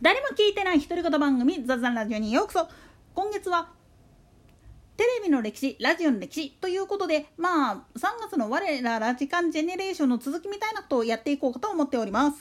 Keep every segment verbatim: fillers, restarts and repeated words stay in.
誰も聞いてない独り言番組雑談ラジオにようこそ。今月はテレビの歴史、ラジオの歴史ということで、まあさんがつの我らラジカンジェネレーションの続きみたいなことをやっていこうかと思っております。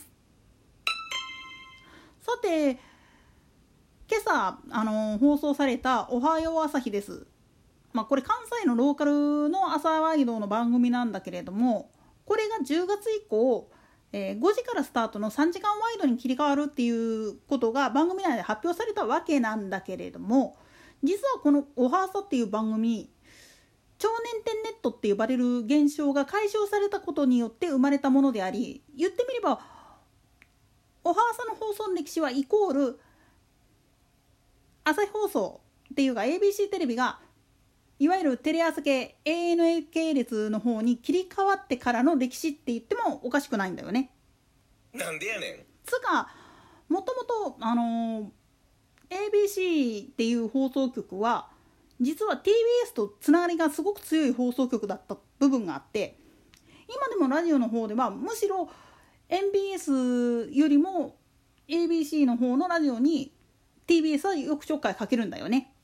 さて、今朝あの放送されたおはよう朝日です。まあこれ関西のローカルの朝ワイドの番組なんだけれども、これがじゅうがつ以降えー、ごじからスタートのさんじかんワイドに切り替わるっていうことが番組内で発表されたわけなんだけれども、実はこのおは朝っていう番組、超年点ネットって呼ばれる現象が解消されたことによって生まれたものであり、言ってみればおは朝の放送の歴史はイコール朝日放送っていうか エービーシー テレビがいわゆるテレ朝系 エーエヌエー 系列の方に切り替わってからの歴史って言ってもおかしくないんだよね。 なんでやねん。 つかもともとあのー、エービーシー っていう放送局は実は ティービーエス とつながりがすごく強い放送局だった部分があって、今でもラジオの方ではむしろ エヌビーエス よりも エービーシー の方のラジオに ティービーエス はよくちょっかいかけるんだよね。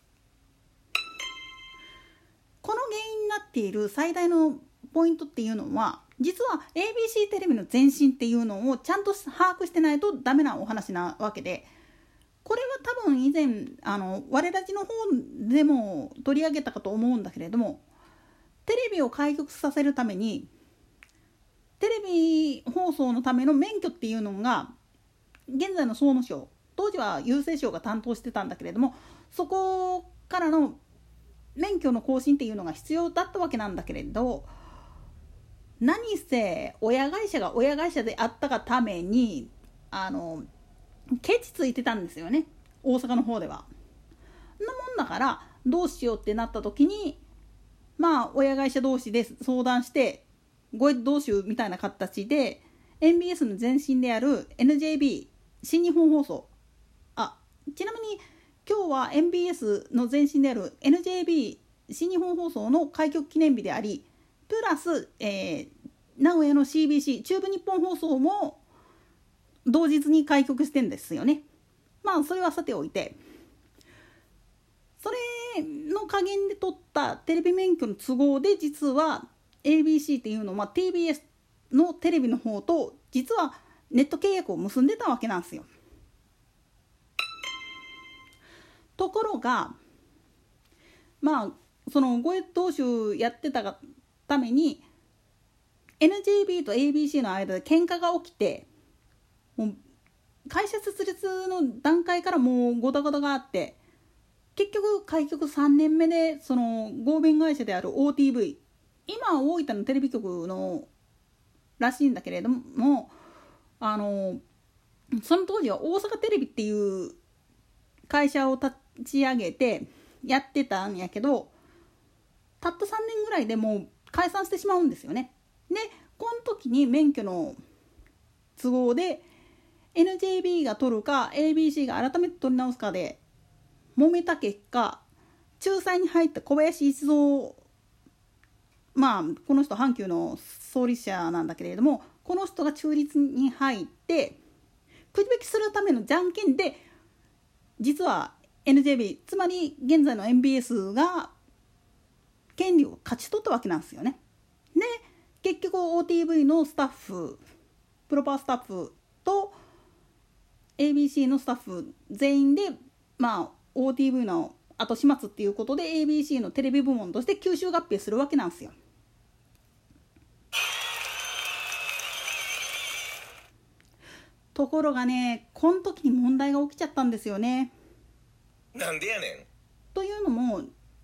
この原因になっている最大のポイントっていうのは、実は エービーシー テレビの前身っていうのをちゃんと把握してないとダメなお話なわけで、これは多分以前あの我らじの方でも取り上げたかと思うんだけれども、テレビを開局させるためにテレビ放送のための免許っていうのが現在の総務省、当時は郵政省が担当してたんだけれども、そこからの免許の更新っていうのが必要だったわけなんだけれど、何せ親会社が親会社であったがためにあのケチついてたんですよね、大阪の方では。なもんだからどうしようってなった時に、まあ親会社同士で相談してごどうしようみたいな形で エヌビーエス の前身である エヌジェービー 新日本放送、あちなみに今日は エヌビーエス の前身である エヌジェービー 新日本放送の開局記念日であり、プラス、えー、名古屋の シービーシー 中部日本放送も同日に開局してんですよね。まあそれはさておいて、それの加減で取ったテレビ免許の都合で、実は エービーシー っていうのは ティービーエス のテレビの方と実はネット契約を結んでたわけなんですよ。ところがまあそのご同州やってたために エヌジェービー と エービーシー の間で喧嘩が起きて、もう会社設立の段階からもうゴタゴタがあって、結局開局さんねんめでその合弁会社である オーティーブイ、 今大分のテレビ局のらしいんだけれども、あのその当時は大阪テレビっていう会社を立ち上げてやってたんやけど、たったさんねんぐらいでもう解散してしまうんですよね。でこの時に免許の都合で エヌジェービー が取るか エービーシー が改めて取り直すかで揉めた結果、仲裁に入った小林一三、まあこの人阪急の創立者なんだけれども、この人が中立に入ってくじ引きするためのじゃんけんで、実は エヌジェービー、 つまり現在の エヌビーエス が権利を勝ち取ったわけなんですよね。で結局 オーティーブイ のスタッフ、プロパースタッフと エービーシー のスタッフ全員で、まあ オーティーブイ の後始末っていうことで エービーシー のテレビ部門として吸収合併するわけなんですよ。ところがね、この時に問題が起きちゃったんですよね。 なんでやねん。 というのも、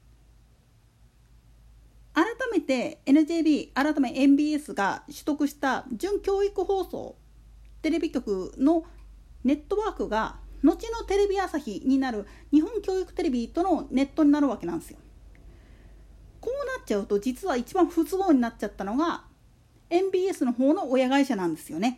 改めて エヌジェービー 改め エヌビーエス が取得した準教育放送テレビ局のネットワークが後のテレビ朝日になる日本教育テレビとのネットになるわけなんですよ。こうなっちゃうと、実は一番不都合になっちゃったのが エヌビーエス の方の親会社なんですよね。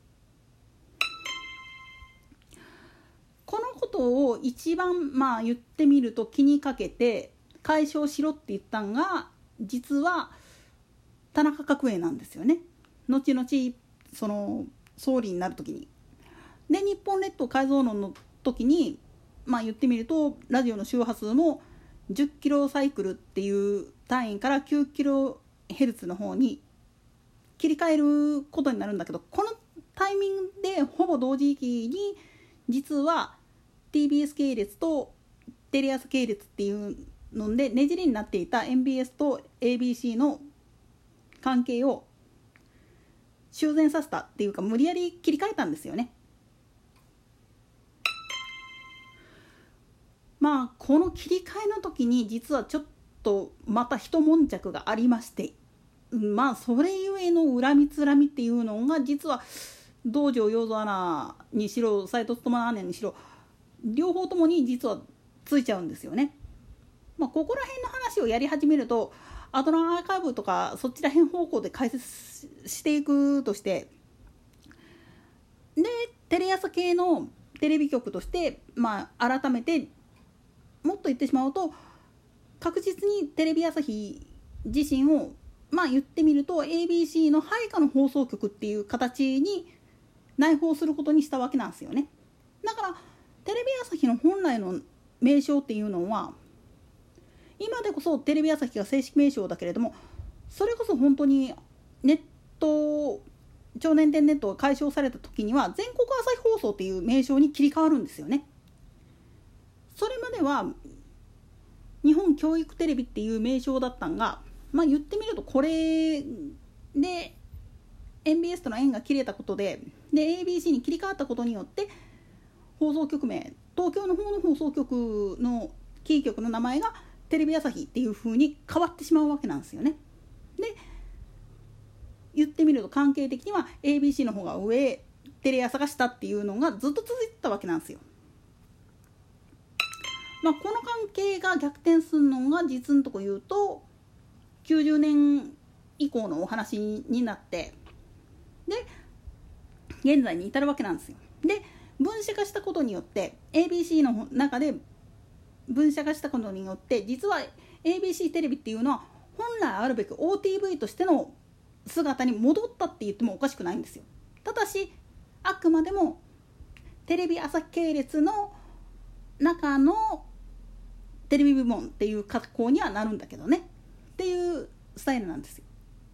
このことを一番まあ言ってみると気にかけて解消しろって言ったんが、実は田中角栄なんですよね。後々その総理になるときに。 で日本列島改造論の時にまあ言ってみるとラジオの周波数もじゅっキロサイクルっていう単位からきゅうキロヘルツの方に切り替えることになるんだけど、このタイミングでほぼ同時期に実は ティービーエス 系列とテレ朝系列っていうのでねじれになっていた エムビーエス と エービーシー の関係を修繕させたっていうか無理やり切り替えたんですよね。まあこの切り替えの時に実はちょっとまた一悶着がありまして、まあそれゆえの恨みつらみっていうのが実は道場洋蔵アナにしろ斉藤勤アナにしろ両方ともに実はついちゃうんですよね。まあ、ここら辺の話をやり始めるとアドランアーカイブとかそちら辺方向で解説していくとして、でテレ朝系のテレビ局として、まあ、改めてもっと言ってしまうと確実にテレビ朝日自身をまあ言ってみると エービーシー の配下の放送局っていう形に内包することにしたわけなんですよね。だからテレビ朝日の本来の名称っていうのは今でこそテレビ朝日が正式名称だけれども、それこそ本当にネット超年点ネットが解消された時には全国朝日放送っていう名称に切り替わるんですよね。それまでは日本教育テレビっていう名称だったんが、まあ言ってみるとこれで エムビーエス との縁が切れたことで、で エービーシー に切り替わったことによって放送局名、東京の方の放送局のキー局の名前がテレビ朝日っていう風に変わってしまうわけなんですよね。で言ってみると関係的には エービーシー の方が上、テレ朝が下っていうのがずっと続いてたわけなんですよ。まあ、この関係が逆転するのが実のとこ言うときゅうじゅうねん以降のお話になって、で現在に至るわけなんですよ。で分社化したことによって エービーシー の中で分社化したことによって実は エービーシー テレビっていうのは本来あるべき オーティーブイ としての姿に戻ったって言ってもおかしくないんですよ。ただしあくまでもテレビ朝日系列の中のテレビ部門っていう格好にはなるんだけどねっていうスタイルなんですよ。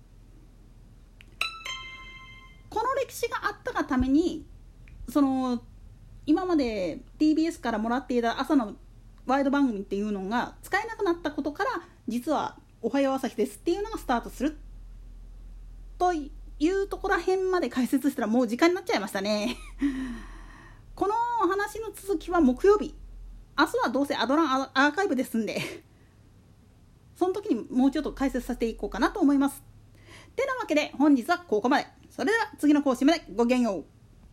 この歴史があったがためにその今まで ティービーエス からもらっていた朝のワイド番組っていうのが使えなくなったことから実はおはよう朝日ですっていうのがスタートするというところら辺まで解説したらもう時間になっちゃいましたねこの話の続きは木曜日、明日はどうせアドランアーカイブですんでその時にもうちょっと解説させていこうかなと思います。てなわけで本日はここまで。それでは次の更新までごきげんよう。